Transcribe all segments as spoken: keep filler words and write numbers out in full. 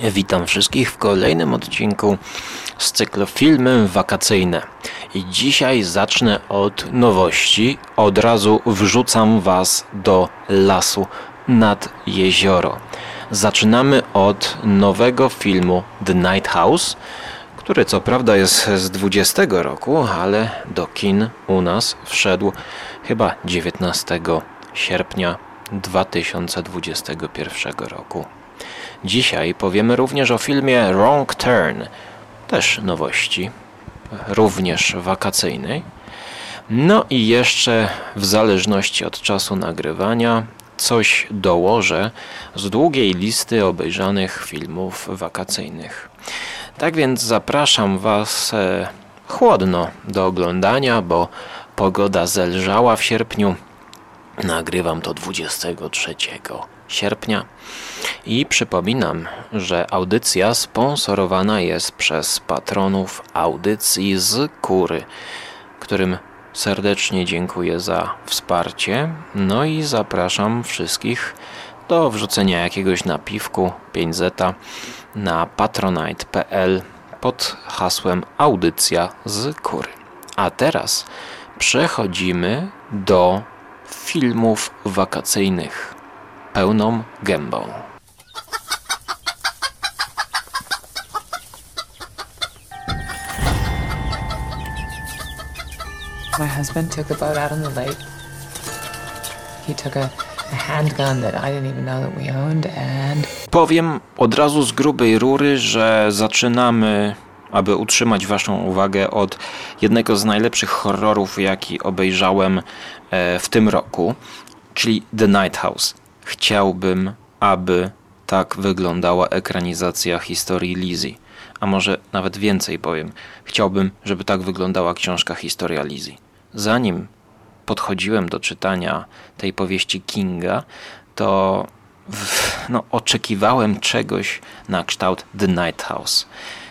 Witam wszystkich w kolejnym odcinku z cyklu Filmy Wakacyjne. I dzisiaj zacznę od nowości. Od razu wrzucam Was do lasu nad jezioro. Zaczynamy od nowego filmu The Night House, który co prawda jest z dwudziestego roku, ale do kin u nas wszedł chyba dziewiętnastego sierpnia dwa tysiące dwudziestego pierwszego roku. Dzisiaj powiemy również o filmie Wrong Turn, też nowości, również wakacyjnej. No i jeszcze w zależności od czasu nagrywania coś dołożę z długiej listy obejrzanych filmów wakacyjnych. Tak więc zapraszam Was e, chłodno do oglądania, bo pogoda zelżała w sierpniu. Nagrywam to dwudziestego trzeciego sierpnia i przypominam, że audycja sponsorowana jest przez patronów audycji z Kury, którym serdecznie dziękuję za wsparcie. No i zapraszam wszystkich do wrzucenia jakiegoś napiwku pięć zeta na patronite kropka p l pod hasłem audycja z Kury. A teraz przechodzimy do filmów wakacyjnych pełną gębą. My husband took a boat out on the lake. He took a, a handgun that I didn't even know that we owned and... Powiem od razu z grubej rury, że zaczynamy, aby utrzymać Waszą uwagę, od jednego z najlepszych horrorów, jaki obejrzałem w tym roku, czyli The Night House. Chciałbym, aby tak wyglądała ekranizacja historii Lizzie. A może nawet więcej powiem. Chciałbym, żeby tak wyglądała książka Historia Lizzie. Zanim podchodziłem do czytania tej powieści Kinga, to no, oczekiwałem czegoś na kształt The Night House.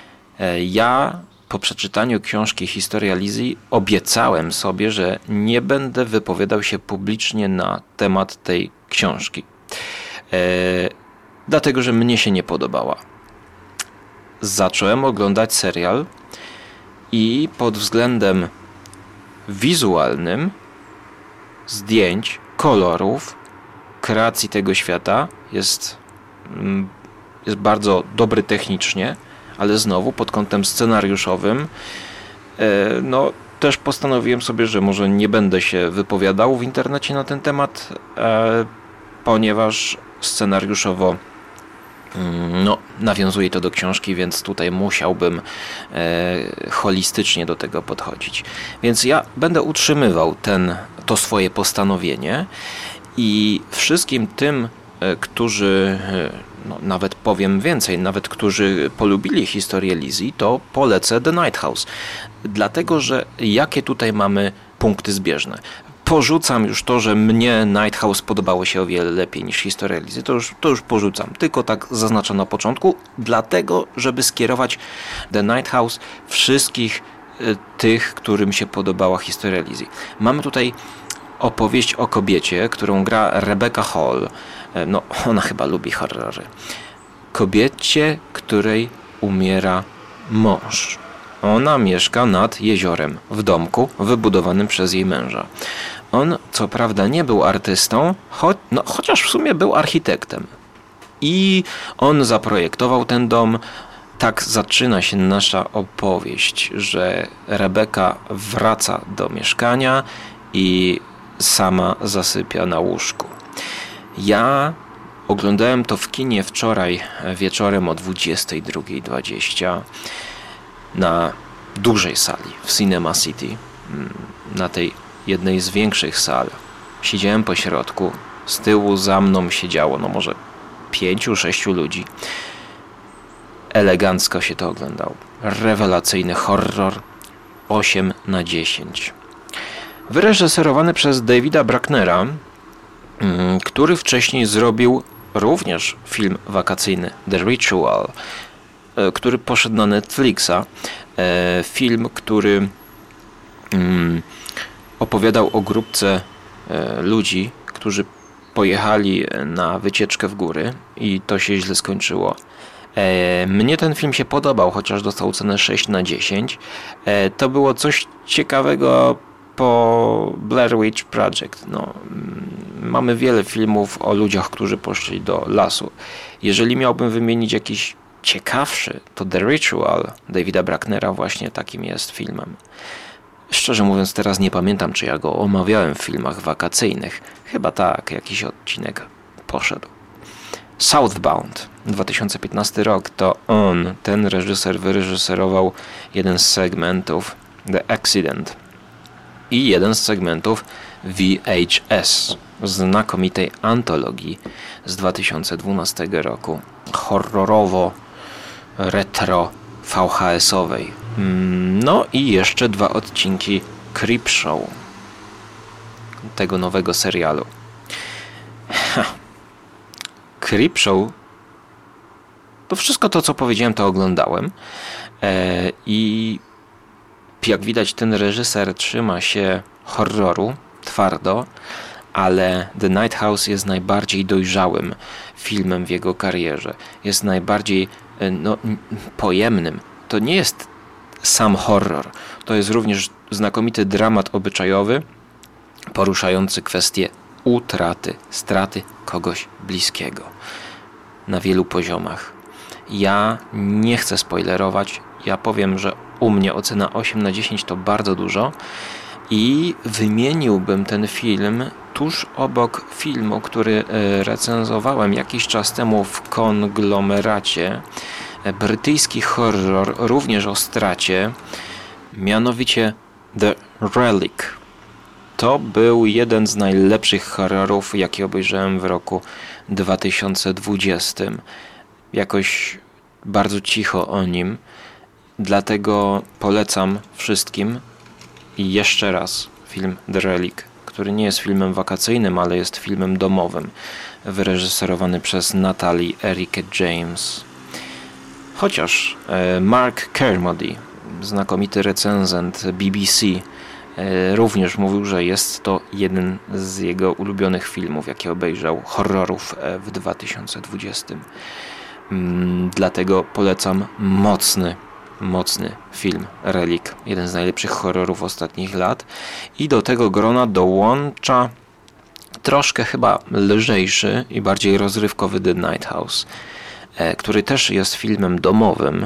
Ja po przeczytaniu książki Historia Lizzie obiecałem sobie, że nie będę wypowiadał się publicznie na temat tej książki. E, dlatego, że mnie się nie podobała. Zacząłem oglądać serial i pod względem wizualnym, zdjęć, kolorów, kreacji tego świata jest, jest bardzo dobry technicznie, ale znowu pod kątem scenariuszowym no też postanowiłem sobie, że może nie będę się wypowiadał w internecie na ten temat, ponieważ scenariuszowo no, nawiązuje to do książki, więc tutaj musiałbym holistycznie do tego podchodzić. Więc ja będę utrzymywał ten, to swoje postanowienie i wszystkim tym, którzy, no, nawet powiem więcej, nawet którzy polubili historię Lizzie, to polecę The Night House. Dlatego, że jakie tutaj mamy punkty zbieżne. Porzucam już to, że mnie Night House podobało się o wiele lepiej niż historia Lizzie. To już, to już porzucam. Tylko tak zaznaczam na początku, dlatego, żeby skierować The Night House wszystkich y, tych, którym się podobała historia Lizzie. Mamy tutaj opowieść o kobiecie, którą gra Rebecca Hall. No, ona chyba lubi horrory. Kobiecie, której umiera mąż. Ona mieszka nad jeziorem, w domku wybudowanym przez jej męża. On, co prawda, nie był artystą, cho- no, chociaż w sumie był architektem. I on zaprojektował ten dom. Tak zaczyna się nasza opowieść, że Rebecca wraca do mieszkania i sama zasypia na łóżku. Ja oglądałem to w kinie wczoraj wieczorem o dwudziestej drugiej dwadzieścia na dużej sali w Cinema City, na tej jednej z większych sal. Siedziałem po środku, z tyłu za mną siedziało no może pięciu, sześciu ludzi. Elegancko się to oglądało. Rewelacyjny horror, osiem na dziesięć. Wyreżyserowany przez Davida Brucknera, który wcześniej zrobił również film wakacyjny The Ritual, który poszedł na Netflixa. Film, który opowiadał o grupce ludzi, którzy pojechali na wycieczkę w góry i to się źle skończyło. E, mnie ten film się podobał, chociaż dostał cenę sześć na dziesięć. E, to było coś ciekawego po Blair Witch Project. No, mamy wiele filmów o ludziach, którzy poszli do lasu. Jeżeli miałbym wymienić jakiś ciekawszy, to The Ritual Davida Brucknera właśnie takim jest filmem. Szczerze mówiąc, teraz nie pamiętam, czy ja go omawiałem w filmach wakacyjnych. Chyba tak, jakiś odcinek poszedł. Southbound, dwa tysiące piętnasty rok, to on, ten reżyser, wyreżyserował jeden z segmentów The Accident i jeden z segmentów V H S, znakomitej antologii z dwa tysiące dwunastego roku, horrorowo retro V H S-owej. No i jeszcze dwa odcinki Creepshow, tego nowego serialu. Ha. Creepshow, to wszystko to, co powiedziałem, to oglądałem. E, I jak widać, ten reżyser trzyma się horroru twardo, ale The Night House jest najbardziej dojrzałym filmem w jego karierze. Jest najbardziej no, pojemnym. To nie jest sam horror. To jest również znakomity dramat obyczajowy, poruszający kwestię utraty, straty kogoś bliskiego na wielu poziomach. Ja nie chcę spoilerować. Ja powiem, że u mnie ocena osiem na dziesięć to bardzo dużo i wymieniłbym ten film tuż obok filmu, który recenzowałem jakiś czas temu w Konglomeracie. Brytyjski horror, również o stracie, mianowicie The Relic. To był jeden z najlepszych horrorów, jaki obejrzałem w roku dwa tysiące dwudziestym. Jakoś bardzo cicho o nim, dlatego polecam wszystkim i jeszcze raz film The Relic, który nie jest filmem wakacyjnym, ale jest filmem domowym, wyreżyserowany przez Natalie Erikę James. Chociaż Mark Kermody, znakomity recenzent B B C, również mówił, że jest to jeden z jego ulubionych filmów, jakie obejrzał, horrorów w dwa tysiące dwudziestym. Dlatego polecam mocny, mocny film Relic, jeden z najlepszych horrorów ostatnich lat. I do tego grona dołącza troszkę chyba lżejszy i bardziej rozrywkowy The Night House, który też jest filmem domowym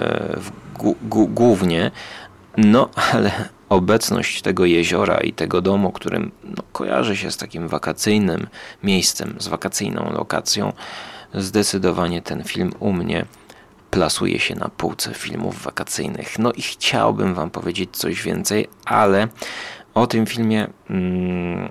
głównie, no ale obecność tego jeziora i tego domu, którym no, kojarzy się z takim wakacyjnym miejscem, z wakacyjną lokacją, zdecydowanie ten film u mnie plasuje się na półce filmów wakacyjnych. No i chciałbym wam powiedzieć coś więcej, ale o tym filmie mm,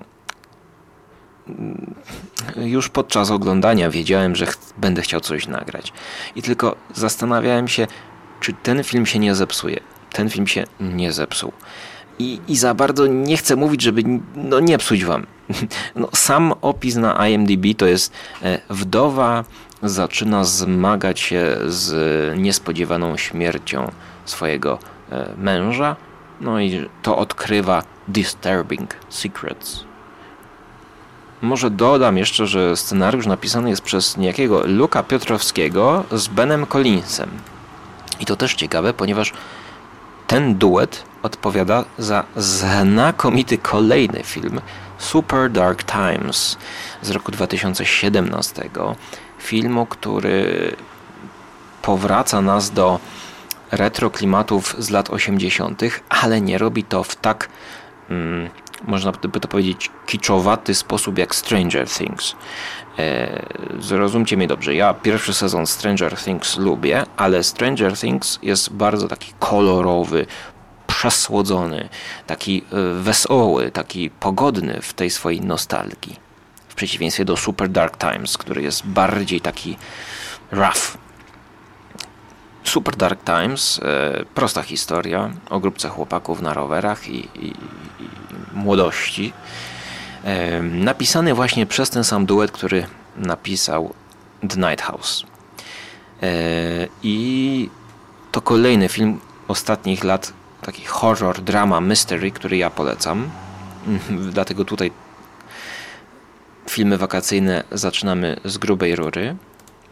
już podczas oglądania wiedziałem, że ch- będę chciał coś nagrać. I tylko zastanawiałem się, czy ten film się nie zepsuje. Ten film się nie zepsuł. I, i za bardzo nie chcę mówić, żeby no, nie psuć wam. No, sam opis na I M D B to jest e, wdowa zaczyna zmagać się z niespodziewaną śmiercią swojego e, męża, no i to odkrywa disturbing secrets. Może dodam jeszcze, że scenariusz napisany jest przez niejakiego Luka Piotrowskiego z Benem Collinsem. I to też ciekawe, ponieważ ten duet odpowiada za znakomity kolejny film Super Dark Times z roku dwa tysiące siedemnastego. Filmu, który powraca nas do retro klimatów z lat osiemdziesiątych, ale nie robi to w tak, mm, można by to powiedzieć, kiczowaty sposób jak Stranger Things. E, zrozumcie mnie dobrze, ja pierwszy sezon Stranger Things lubię, ale Stranger Things jest bardzo taki kolorowy, przesłodzony, taki wesoły, taki pogodny w tej swojej nostalgii. W przeciwieństwie do Super Dark Times, który jest bardziej taki rough. Super Dark Times, e, prosta historia o grupce chłopaków na rowerach i, i, i młodości. E, napisany właśnie przez ten sam duet, który napisał The Night House. E, I to kolejny film ostatnich lat, taki horror, drama, mystery, który ja polecam. Dlatego tutaj filmy wakacyjne zaczynamy z grubej rury.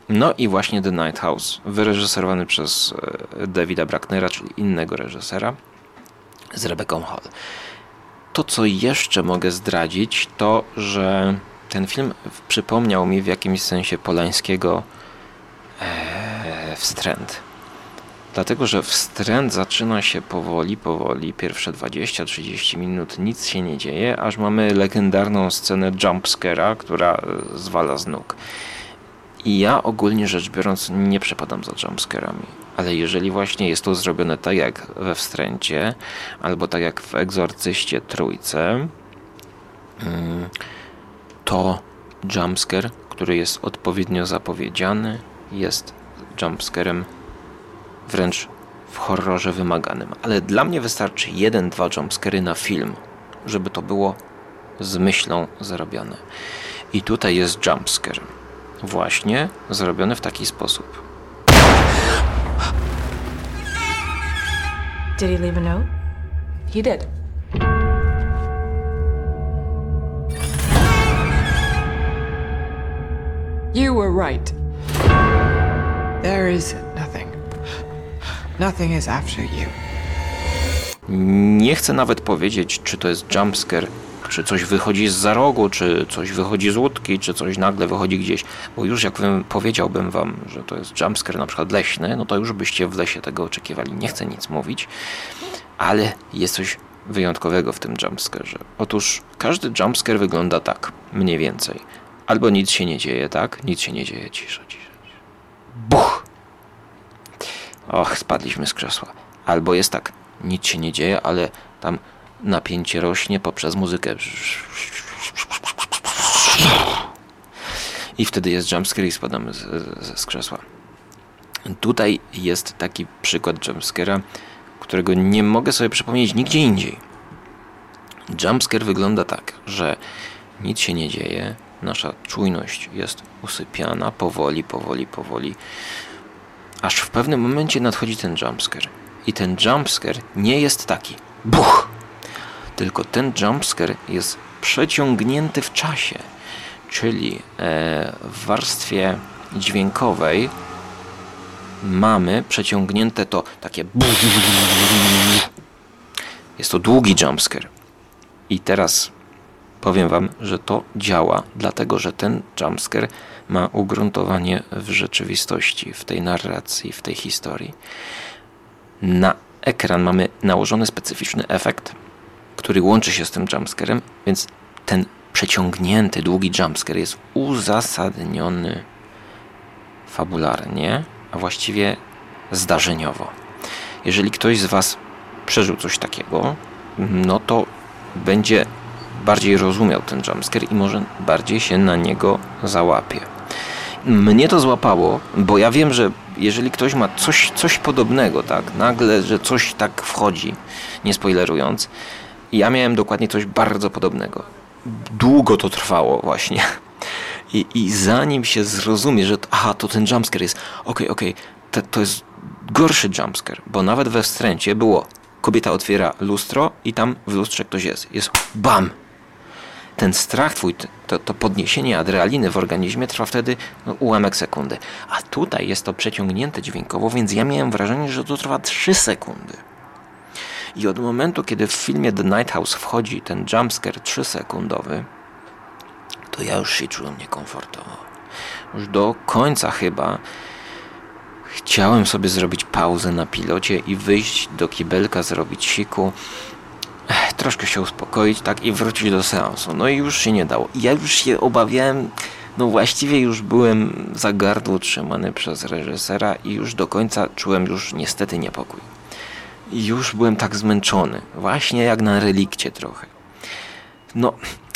No i właśnie The Night House, wyreżyserowany przez Davida Brucknera, czyli innego reżysera, z Rebecca Hall. To, co jeszcze mogę zdradzić, to, że ten film przypomniał mi w jakimś sensie Polańskiego e, Wstręt. Dlatego, że Wstręt zaczyna się powoli, powoli, pierwsze dwadzieścia trzydzieści minut nic się nie dzieje, aż mamy legendarną scenę jumpscare'a, która zwala z nóg. I ja ogólnie rzecz biorąc nie przepadam za jumpscarami, ale jeżeli właśnie jest to zrobione tak jak we Wstręcie, albo tak jak w Egzorcyście Trójce, to jumpscare, który jest odpowiednio zapowiedziany, jest jumpscarem wręcz w horrorze wymaganym. Ale dla mnie wystarczy jeden, dwa jumpscary na film, żeby to było z myślą zrobione. I tutaj jest jumpscare. Właśnie zrobiony w taki sposób. Did he leave a note? He did. You were right. There is nothing. Nothing is after you. Nie chcę nawet powiedzieć, czy to jest jumpscare, czy coś wychodzi zza rogu, czy coś wychodzi z łódki, czy coś nagle wychodzi gdzieś. Bo już jak powiedziałbym wam, że to jest jumpscare na przykład leśny, no to już byście w lesie tego oczekiwali. Nie chcę nic mówić, ale jest coś wyjątkowego w tym jumpscarze. Otóż każdy jumpscare wygląda tak, mniej więcej. Albo nic się nie dzieje, tak? Nic się nie dzieje, cisza, cisza. Buch! Och, spadliśmy z krzesła. Albo jest tak, nic się nie dzieje, ale tam napięcie rośnie poprzez muzykę. I wtedy jest jumpscare i spadamy z, z, z krzesła. Tutaj jest taki przykład jumpscare'a, którego nie mogę sobie przypomnieć nigdzie indziej. Jumpscare wygląda tak, że nic się nie dzieje, nasza czujność jest usypiana powoli, powoli, powoli, aż w pewnym momencie nadchodzi ten jumpscare. I ten jumpscare nie jest taki buch, tylko ten jumpscare jest przeciągnięty w czasie, czyli e, w warstwie dźwiękowej mamy przeciągnięte to takie buch. Jest to długi jumpscare. I teraz powiem wam, że to działa, dlatego że ten jumpscare ma ugruntowanie w rzeczywistości, w tej narracji, w tej historii. Na ekran mamy nałożony specyficzny efekt, który łączy się z tym jumpscarem, więc ten przeciągnięty, długi jumpscare jest uzasadniony fabularnie, a właściwie zdarzeniowo. Jeżeli ktoś z was przeżył coś takiego, no to będzie bardziej rozumiał ten jumpscare i może bardziej się na niego załapie. Mnie to złapało, bo ja wiem, że jeżeli ktoś ma coś, coś podobnego, tak, nagle, że coś tak wchodzi, nie spoilerując, ja miałem dokładnie coś bardzo podobnego. Długo to trwało właśnie. I, i zanim się zrozumie, że aha, to ten jumpscare jest, okej, okay, okej, okay, to, to jest gorszy jumpscare, bo nawet we Wstręcie było, kobieta otwiera lustro i tam w lustrze ktoś jest. Jest bam! Ten strach twój, to, to podniesienie adrenaliny w organizmie trwa wtedy no, ułamek sekundy. A tutaj jest to przeciągnięte dźwiękowo, więc ja miałem wrażenie, że to trwa trzy sekundy. I od momentu, kiedy w filmie The Night House wchodzi ten jumpscare trzysekundowy, to ja już się czułem niekomfortowo. Już do końca chyba chciałem sobie zrobić pauzę na pilocie i wyjść do kibelka, zrobić siku, ech, troszkę się uspokoić, tak, i wrócić do seansu. No i już się nie dało. I ja już się obawiałem, no właściwie już byłem za gardło trzymany przez reżysera i już do końca czułem już niestety niepokój. I już byłem tak zmęczony, właśnie jak na relikcie trochę. No,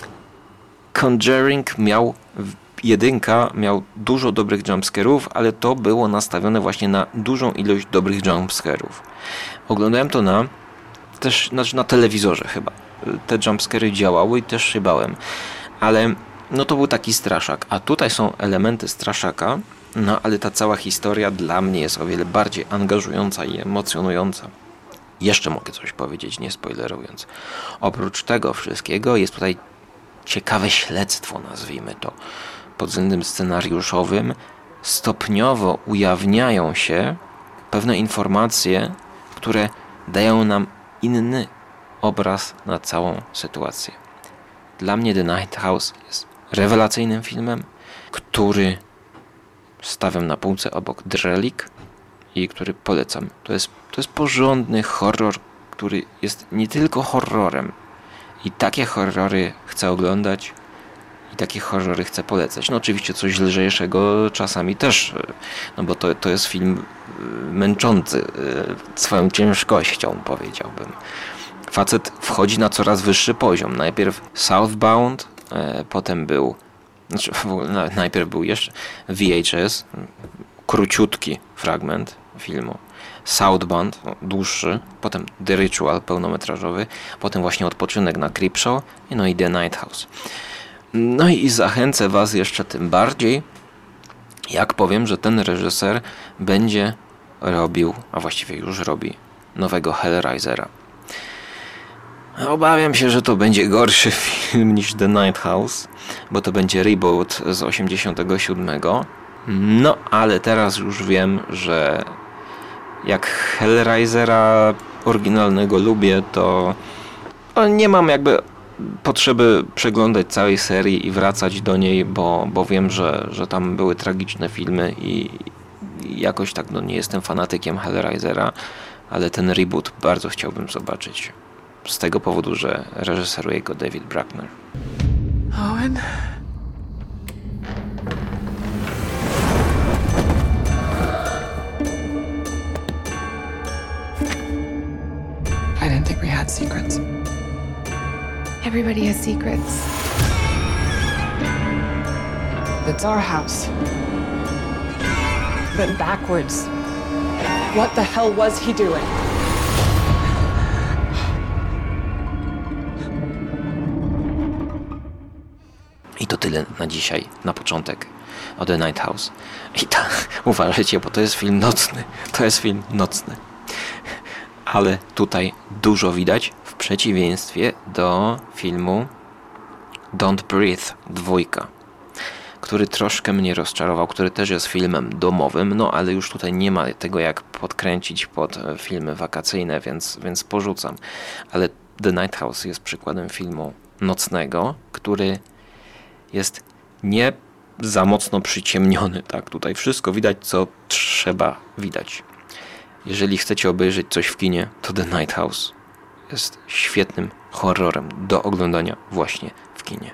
Conjuring miał, jedynka miał dużo dobrych jumpscarów, ale to było nastawione właśnie na dużą ilość dobrych jumpscarów. Oglądałem to na, też, znaczy na telewizorze chyba. Te jumpscary działały i też się bałem. Ale no to był taki straszak. A tutaj są elementy straszaka, no ale ta cała historia dla mnie jest o wiele bardziej angażująca i emocjonująca. Jeszcze mogę coś powiedzieć, nie spoilerując. Oprócz tego wszystkiego jest tutaj ciekawe śledztwo, nazwijmy to, pod względem scenariuszowym, stopniowo ujawniają się pewne informacje, które dają nam inny obraz na całą sytuację. Dla mnie The Night House jest rewelacyjnym filmem, który stawiam na półce obok The Relic i który polecam. To jest, to jest porządny horror, który jest nie tylko horrorem. I takie horrory chcę oglądać i takie horrory chcę polecać. No oczywiście coś lżejszego czasami też, no bo to, to jest film męczący swoją ciężkością, powiedziałbym. Facet wchodzi na coraz wyższy poziom. Najpierw Southbound, e, potem był, znaczy w ogóle najpierw był jeszcze V H S, króciutki fragment filmu. Southbound, dłuższy, potem The Ritual, pełnometrażowy, potem właśnie Odpoczynek na Creepshow, no i The Night House. No i zachęcę was jeszcze tym bardziej, jak powiem, że ten reżyser będzie robił, a właściwie już robi, nowego Hellraisera. Obawiam się, że to będzie gorszy film niż The Night House, bo to będzie reboot z osiemdziesiątego siódmego. No, ale teraz już wiem, że jak Hellraisera oryginalnego lubię, to nie mam jakby potrzeby przeglądać całej serii i wracać do niej, bo, bo wiem, że, że tam były tragiczne filmy i, i jakoś tak no, nie jestem fanatykiem Hellraisera, ale ten reboot bardzo chciałbym zobaczyć. Z tego powodu, że reżyseruje go David Bruckner. Owen? I didn't think we had secrets. Everybody has secrets. It's our house. But backwards. What the hell was he doing? I to tyle na dzisiaj, na początek o The Night House. I tak, uważajcie, bo to jest film nocny. To jest film nocny. Ale tutaj dużo widać w przeciwieństwie do filmu Don't Breathe dwójka, który troszkę mnie rozczarował, który też jest filmem domowym, no ale już tutaj nie ma tego jak podkręcić pod filmy wakacyjne, więc, więc porzucam. Ale The Night House jest przykładem filmu nocnego, który jest nie za mocno przyciemniony, tak? Tutaj wszystko widać, co trzeba widać. Jeżeli chcecie obejrzeć coś w kinie, to The Night House jest świetnym horrorem do oglądania właśnie w kinie.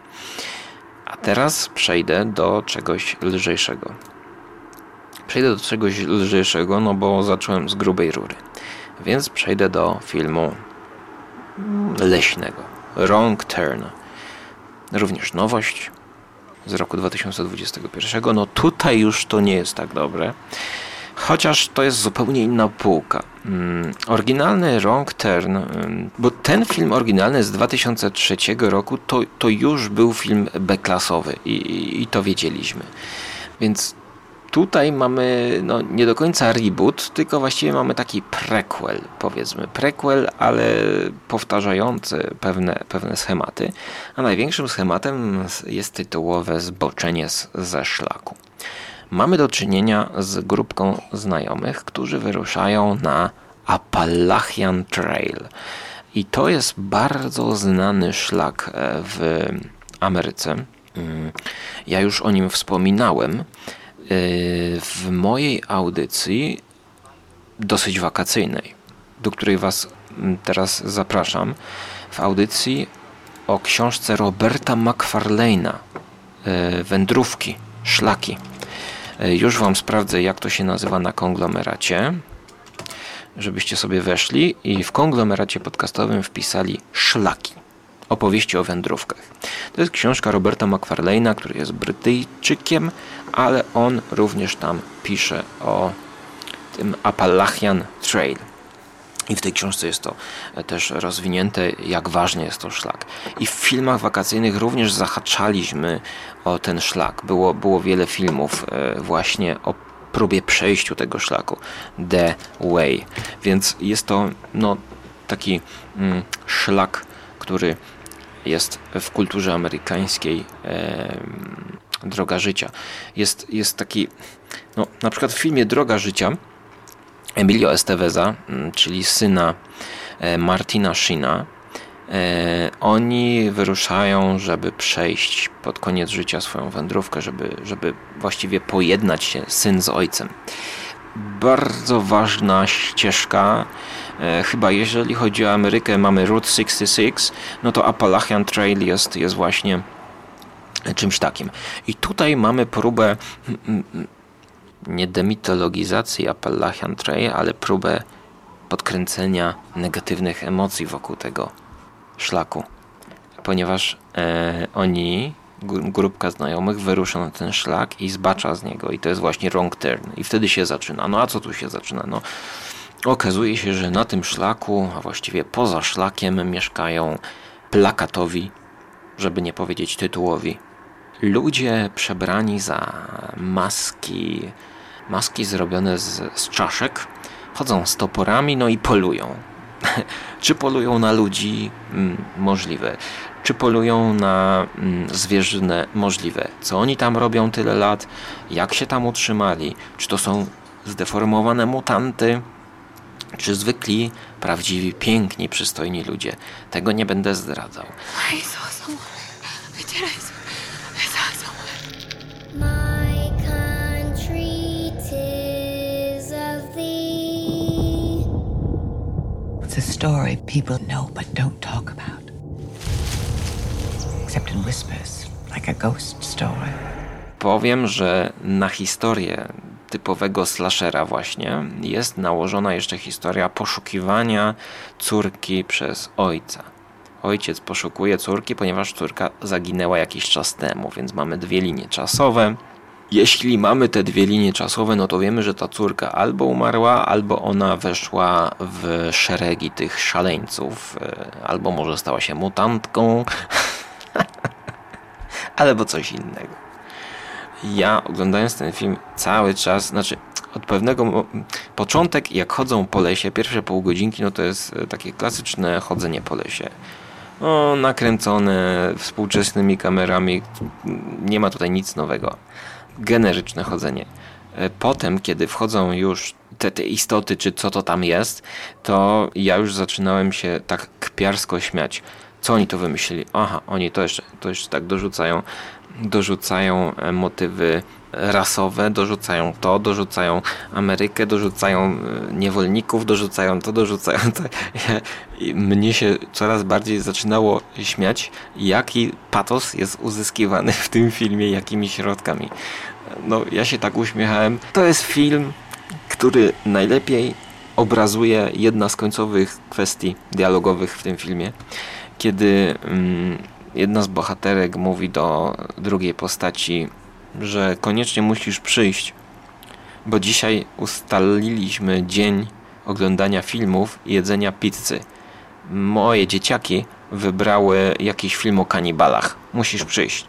A teraz przejdę do czegoś lżejszego. Przejdę do czegoś lżejszego, no bo zacząłem z grubej rury. Więc przejdę do filmu leśnego. Wrong Turn. Również nowość z roku dwa tysiące dwudziestego pierwszego. No tutaj już to nie jest tak dobre. Chociaż to jest zupełnie inna półka. Mm, oryginalny Wrong Turn, mm, bo ten film oryginalny z dwa tysiące trzeciego roku to, to już był film B-klasowy i, i, i to wiedzieliśmy. Więc tutaj mamy no, nie do końca reboot, tylko właściwie mamy taki prequel, powiedzmy. Prequel, ale powtarzający pewne, pewne schematy. A największym schematem jest tytułowe zboczenie z, ze szlaku. Mamy do czynienia z grupką znajomych, którzy wyruszają na Appalachian Trail. I to jest bardzo znany szlak w Ameryce. Ja już o nim wspominałem w mojej audycji dosyć wakacyjnej, do której was teraz zapraszam. W audycji o książce Roberta McFarlane'a Wędrówki, szlaki. Już wam sprawdzę, jak to się nazywa na konglomeracie, żebyście sobie weszli i w konglomeracie podcastowym wpisali szlaki. Opowieści o wędrówkach. To jest książka Roberta McFarlane'a, który jest Brytyjczykiem, ale on również tam pisze o tym Appalachian Trail. I w tej książce jest to też rozwinięte, jak ważny jest to szlak. I w filmach wakacyjnych również zahaczaliśmy o ten szlak. Było, było wiele filmów właśnie o próbie przejściu tego szlaku. The Way. Więc jest to no, taki mm, szlak, który jest w kulturze amerykańskiej e, Droga życia. Jest, jest taki, no na przykład w filmie Droga życia Emilio Esteveza, czyli syna Martina Sheena, E, oni wyruszają, żeby przejść pod koniec życia swoją wędrówkę, żeby, żeby właściwie pojednać się syn z ojcem. Bardzo ważna ścieżka. E, chyba jeżeli chodzi o Amerykę, mamy Route sześćdziesiąt sześć, no to Appalachian Trail jest, jest właśnie czymś takim. I tutaj mamy próbę nie demitologizacji Appalachian Trail, ale próbę podkręcenia negatywnych emocji wokół tego szlaku, ponieważ e, oni, grupka znajomych, wyrusza na ten szlak i zbacza z niego i to jest właśnie wrong turn i wtedy się zaczyna. No a co tu się zaczyna? No okazuje się, że na tym szlaku, a właściwie poza szlakiem mieszkają plakatowi, żeby nie powiedzieć tytułowi, ludzie przebrani za maski, maski zrobione z, z czaszek, chodzą z toporami, no i polują. Czy polują na ludzi? Mm, możliwe. Czy polują na mm, zwierzynę? Możliwe. Co oni tam robią tyle lat? Jak się tam utrzymali? Czy to są zdeformowane mutanty? Czy zwykli, prawdziwi, piękni, przystojni ludzie? Tego nie będę zdradzał. I saw someone. I did. I saw, I saw someone. My country 'tis of thee. It's a story people know but don't talk about. Except in whispers, like a ghost story. Powiem, że na historię typowego slashera właśnie jest nałożona jeszcze historia poszukiwania córki przez ojca. Ojciec poszukuje córki, ponieważ córka zaginęła jakiś czas temu, więc mamy dwie linie czasowe. Jeśli mamy te dwie linie czasowe, no to wiemy, że ta córka albo umarła, albo ona weszła w szeregi tych szaleńców, albo może stała się mutantką, albo coś innego. Ja oglądając ten film cały czas, znaczy od pewnego początek, jak chodzą po lesie, pierwsze pół godzinki, no to jest takie klasyczne chodzenie po lesie. No, nakręcone współczesnymi kamerami, nie ma tutaj nic nowego. Generyczne chodzenie. Potem, kiedy wchodzą już te, te istoty, czy co to tam jest, to ja już zaczynałem się tak kpiarsko śmiać. Co oni to wymyślili? Aha, oni to jeszcze, to jeszcze tak dorzucają. Dorzucają motywy rasowe, dorzucają to, dorzucają Amerykę, dorzucają niewolników, dorzucają to, dorzucają to. I mnie się coraz bardziej zaczynało śmiać, jaki patos jest uzyskiwany w tym filmie, jakimi środkami. No, ja się tak uśmiechałem. To jest film, który najlepiej obrazuje jedna z końcowych kwestii dialogowych w tym filmie, kiedy mm, jedna z bohaterek mówi do drugiej postaci, że koniecznie musisz przyjść, bo dzisiaj ustaliliśmy dzień oglądania filmów i jedzenia pizzy. Moje dzieciaki wybrały jakiś film o kanibalach. Musisz przyjść.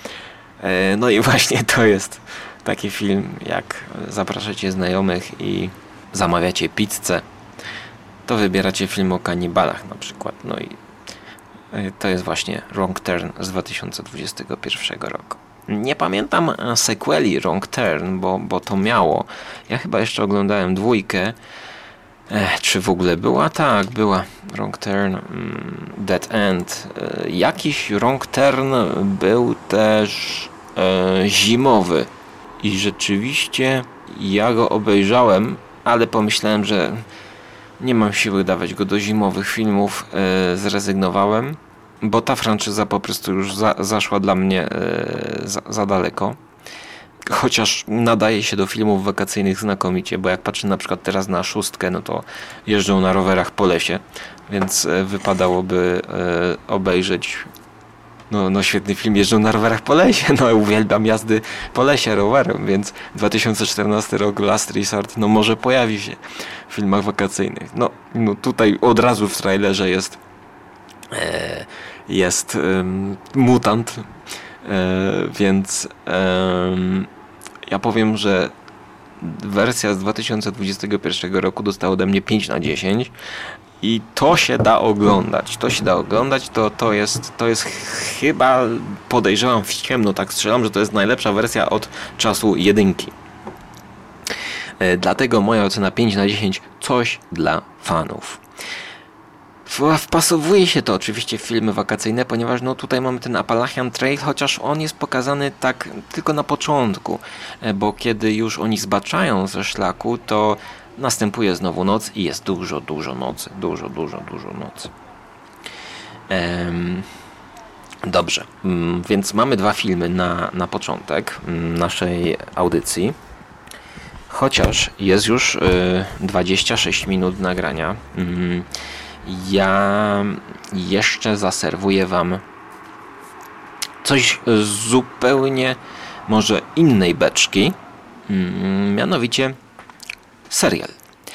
No i właśnie to jest taki film, jak zapraszacie znajomych i zamawiacie pizzę, to wybieracie film o kanibalach na przykład. No i to jest właśnie Wrong Turn z dwa tysiące dwudziestego pierwszego roku. Nie pamiętam sequeli Wrong Turn, bo, bo to miało. Ja chyba jeszcze oglądałem dwójkę. Ech, czy w ogóle była? Tak, była. Wrong Turn, mm, Dead End. E, jakiś Wrong Turn był też e, zimowy. I rzeczywiście ja go obejrzałem, ale pomyślałem, że nie mam siły dawać go do zimowych filmów. E, zrezygnowałem, bo ta franczyza po prostu już za, zaszła dla mnie e, za, za daleko. Chociaż nadaje się do filmów wakacyjnych znakomicie, bo jak patrzę na przykład teraz na szóstkę, no to jeżdżą na rowerach po lesie, więc wypadałoby e, obejrzeć no, no świetny film, jeżdżą na rowerach po lesie, no uwielbiam jazdy po lesie rowerem, więc dwa tysiące czternasty rok Last Resort, no może pojawi się w filmach wakacyjnych. No, no tutaj od razu w trailerze jest e, jest e, mutant, e, więc e, ja powiem, że wersja z dwa tysiące dwudziestego pierwszego roku dostała ode mnie pięć na dziesięć, I to się da oglądać. To się da oglądać. To, to, jest, to jest chyba, podejrzewam w ciemno, tak strzelam, że to jest najlepsza wersja od czasu jedynki. Dlatego moja ocena pięć na dziesięć. Coś dla fanów. Wpasowuje się to oczywiście w filmy wakacyjne, ponieważ no tutaj mamy ten Appalachian Trail, chociaż on jest pokazany tak tylko na początku, bo kiedy już oni zbaczają ze szlaku, to następuje znowu noc i jest dużo, dużo nocy. Dużo, dużo, dużo nocy. Ehm, dobrze, więc mamy dwa filmy na, na początek naszej audycji. Chociaż jest już dwadzieścia sześć minut nagrania, ja jeszcze zaserwuję Wam coś zupełnie może innej beczki, mianowicie serial.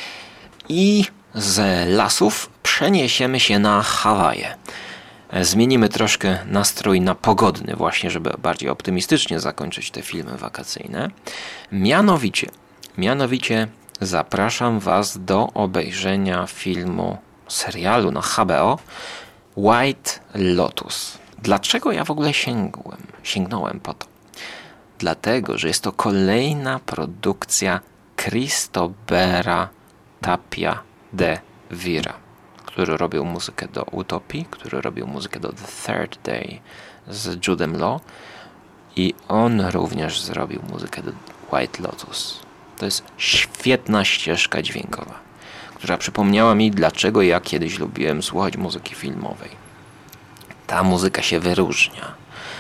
I z lasów przeniesiemy się na Hawaje. Zmienimy troszkę nastrój na pogodny właśnie, żeby bardziej optymistycznie zakończyć te filmy wakacyjne. Mianowicie, mianowicie zapraszam Was do obejrzenia filmu, serialu na H B O White Lotus. Dlaczego ja w ogóle sięgłem, sięgnąłem po to? Dlatego, że jest to kolejna produkcja Christobera Tapia de Vira, który robił muzykę do Utopii, który robił muzykę do The Third Day z Judem Law i on również zrobił muzykę do White Lotus. To jest świetna ścieżka dźwiękowa, która przypomniała mi, dlaczego ja kiedyś lubiłem słuchać muzyki filmowej. Ta muzyka się wyróżnia.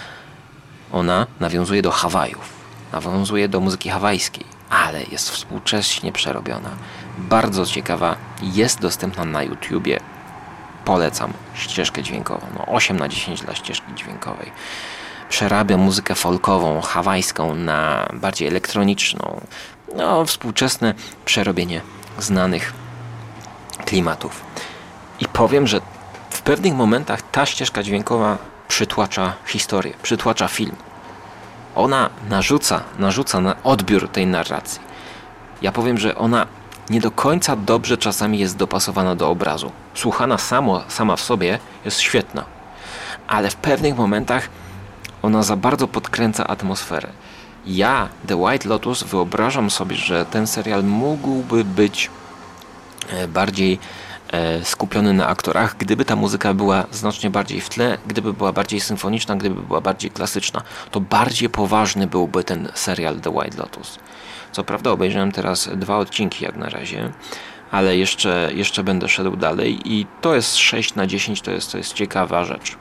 Ona nawiązuje do Hawajów, nawiązuje do muzyki hawajskiej, ale jest współcześnie przerobiona. Bardzo ciekawa, jest dostępna na YouTubie. Polecam ścieżkę dźwiękową. No osiem na dziesięć dla ścieżki dźwiękowej. Przerabia muzykę folkową, hawajską na bardziej elektroniczną. No, współczesne przerobienie znanych klimatów. I powiem, że w pewnych momentach ta ścieżka dźwiękowa przytłacza historię, przytłacza film. Ona narzuca, narzuca na odbiór tej narracji. Ja powiem, że ona nie do końca dobrze czasami jest dopasowana do obrazu. Słuchana samo, sama w sobie jest świetna, ale w pewnych momentach ona za bardzo podkręca atmosferę. Ja, The White Lotus, wyobrażam sobie, że ten serial mógłby być bardziej skupiony na aktorach, gdyby ta muzyka była znacznie bardziej w tle, gdyby była bardziej symfoniczna, gdyby była bardziej klasyczna, to bardziej poważny byłby ten serial The White Lotus. Co prawda obejrzałem teraz dwa odcinki jak na razie, ale jeszcze, jeszcze będę szedł dalej i to jest sześć na dziesięć, to jest, to jest ciekawa rzecz.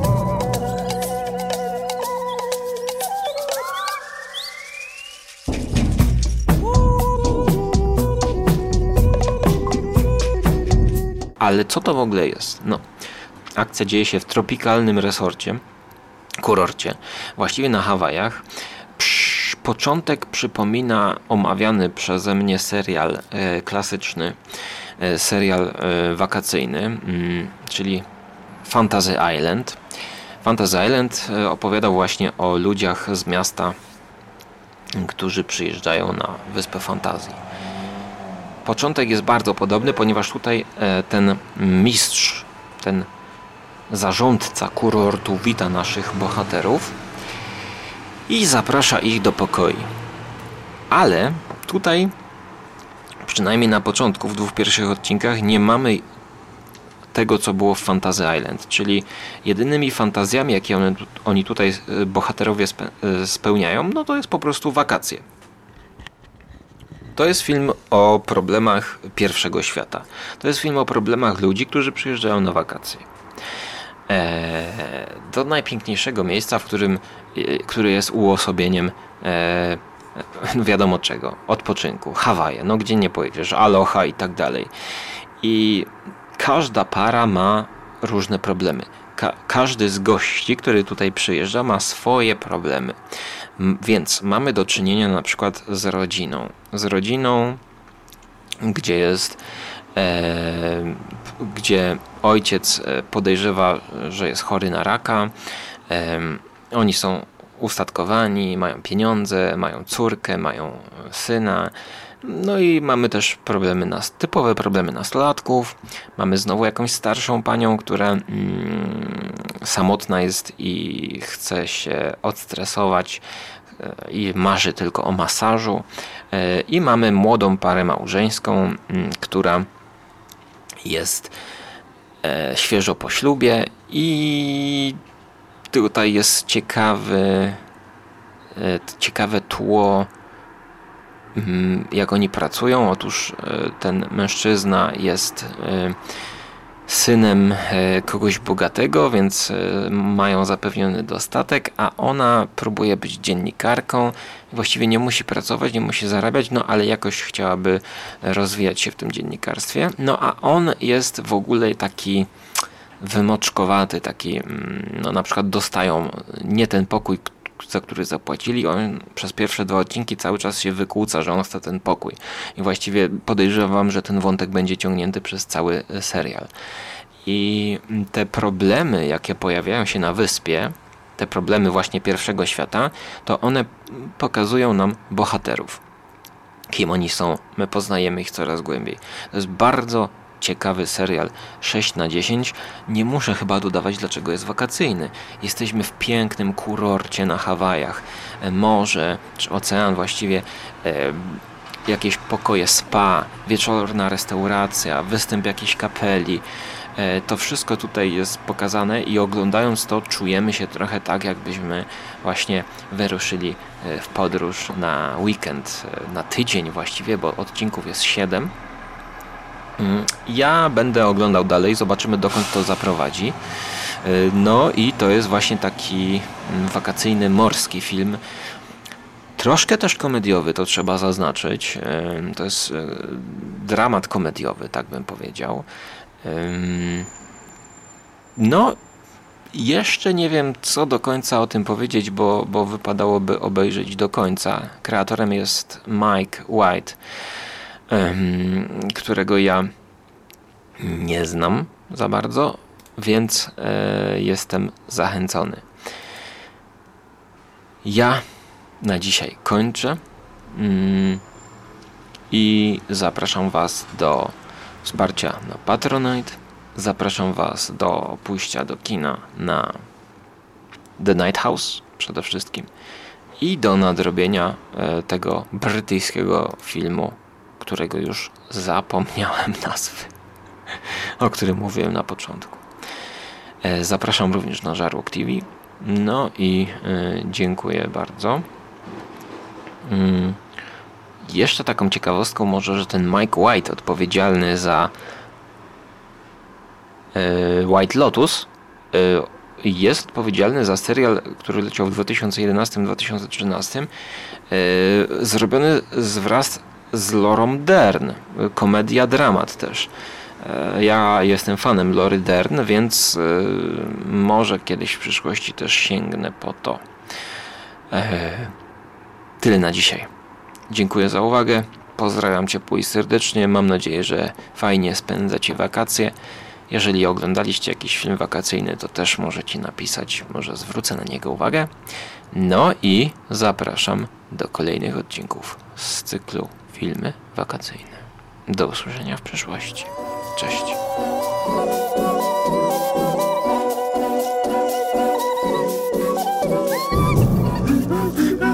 Ale co to w ogóle jest? No, akcja dzieje się w tropikalnym resorcie, kurorcie, właściwie na Hawajach. Psz, początek przypomina omawiany przeze mnie serial e, klasyczny, e, serial e, wakacyjny, mm, czyli Fantasy Island. Fantasy Island e, opowiadał właśnie o ludziach z miasta, którzy przyjeżdżają na Wyspę Fantazji. Początek jest bardzo podobny, ponieważ tutaj ten mistrz, ten zarządca kurortu wita naszych bohaterów i zaprasza ich do pokoi. Ale tutaj, przynajmniej na początku, w dwóch pierwszych odcinkach, nie mamy tego, co było w Fantasy Island, czyli jedynymi fantazjami, jakie one, oni tutaj, bohaterowie, spełniają, no to jest po prostu wakacje. To jest film o problemach pierwszego świata. To jest film o problemach ludzi, którzy przyjeżdżają na wakacje. Eee, do najpiękniejszego miejsca, w którym, e, który jest uosobieniem e, wiadomo czego, odpoczynku, Hawaje, no gdzie nie pojedziesz, Aloha i tak dalej. I każda para ma różne problemy. Ka- każdy z gości, który tutaj przyjeżdża, ma swoje problemy. M- więc mamy do czynienia na przykład z rodziną. Z rodziną, gdzie jest e, gdzie ojciec podejrzewa, że jest chory na raka. E, oni są ustatkowani, mają pieniądze, mają córkę, mają syna. No i mamy też problemy, nas, typowe problemy nastolatków. Mamy znowu jakąś starszą panią, która mm, samotna jest i chce się odstresować i marzy tylko o masażu. I mamy młodą parę małżeńską, która jest świeżo po ślubie i tutaj jest ciekawy, ciekawe tło, jak oni pracują. Otóż ten mężczyzna jest synem kogoś bogatego, więc mają zapewniony dostatek, a ona próbuje być dziennikarką. Właściwie nie musi pracować, nie musi zarabiać, no ale jakoś chciałaby rozwijać się w tym dziennikarstwie. No a on jest w ogóle taki wymoczkowaty, taki, no na przykład dostają nie ten pokój, za który zapłacili. On przez pierwsze dwa odcinki cały czas się wykłóca, że on chce ten pokój. I właściwie podejrzewam, że ten wątek będzie ciągnięty przez cały serial. I te problemy, jakie pojawiają się na wyspie, te problemy właśnie pierwszego świata, to one pokazują nam bohaterów. Kim oni są, my poznajemy ich coraz głębiej. To jest bardzo ciekawy serial, sześć na dziesięć. Nie muszę chyba dodawać, dlaczego jest wakacyjny. Jesteśmy w pięknym kurorcie na Hawajach. Morze, czy ocean właściwie, e, jakieś pokoje spa, wieczorna restauracja, występ jakiejś kapeli. E, to wszystko tutaj jest pokazane i oglądając to czujemy się trochę tak, jakbyśmy właśnie wyruszyli w podróż na weekend, na tydzień właściwie, bo odcinków jest siedem. Ja będę oglądał dalej, zobaczymy dokąd to zaprowadzi. No i to jest właśnie taki wakacyjny, morski film. Troszkę też komediowy, to trzeba zaznaczyć. To jest dramat komediowy, tak bym powiedział. No, jeszcze nie wiem, co do końca o tym powiedzieć, bo, bo wypadałoby obejrzeć do końca. Kreatorem jest Mike White, którego ja nie znam za bardzo, więc e, jestem zachęcony. Ja na dzisiaj kończę mm, i zapraszam Was do wsparcia na Patronite. Zapraszam Was do pójścia do kina na The Night House przede wszystkim i do nadrobienia e, tego brytyjskiego filmu, którego już zapomniałem nazwy, o którym mówiłem na początku. E, zapraszam również na Żarłok T V. No i e, dziękuję bardzo. Mm. Jeszcze taką ciekawostką może, że ten Mike White odpowiedzialny za e, White Lotus e, jest odpowiedzialny za serial, który leciał w dwa tysiące jedenastym do dwa tysiące trzynastym, e, zrobiony wraz z Laurą Dern, komedia dramat też. Ja jestem fanem Laury Dern, więc może kiedyś w przyszłości też sięgnę po to. Tyle na dzisiaj. Dziękuję za uwagę. Pozdrawiam ciepło i serdecznie. Mam nadzieję, że fajnie spędzacie wakacje. Jeżeli oglądaliście jakiś film wakacyjny, to też możecie napisać. Może zwrócę na niego uwagę. No i zapraszam do kolejnych odcinków z cyklu Filmy wakacyjne. Do usłyszenia w przyszłości. Cześć. Thank you.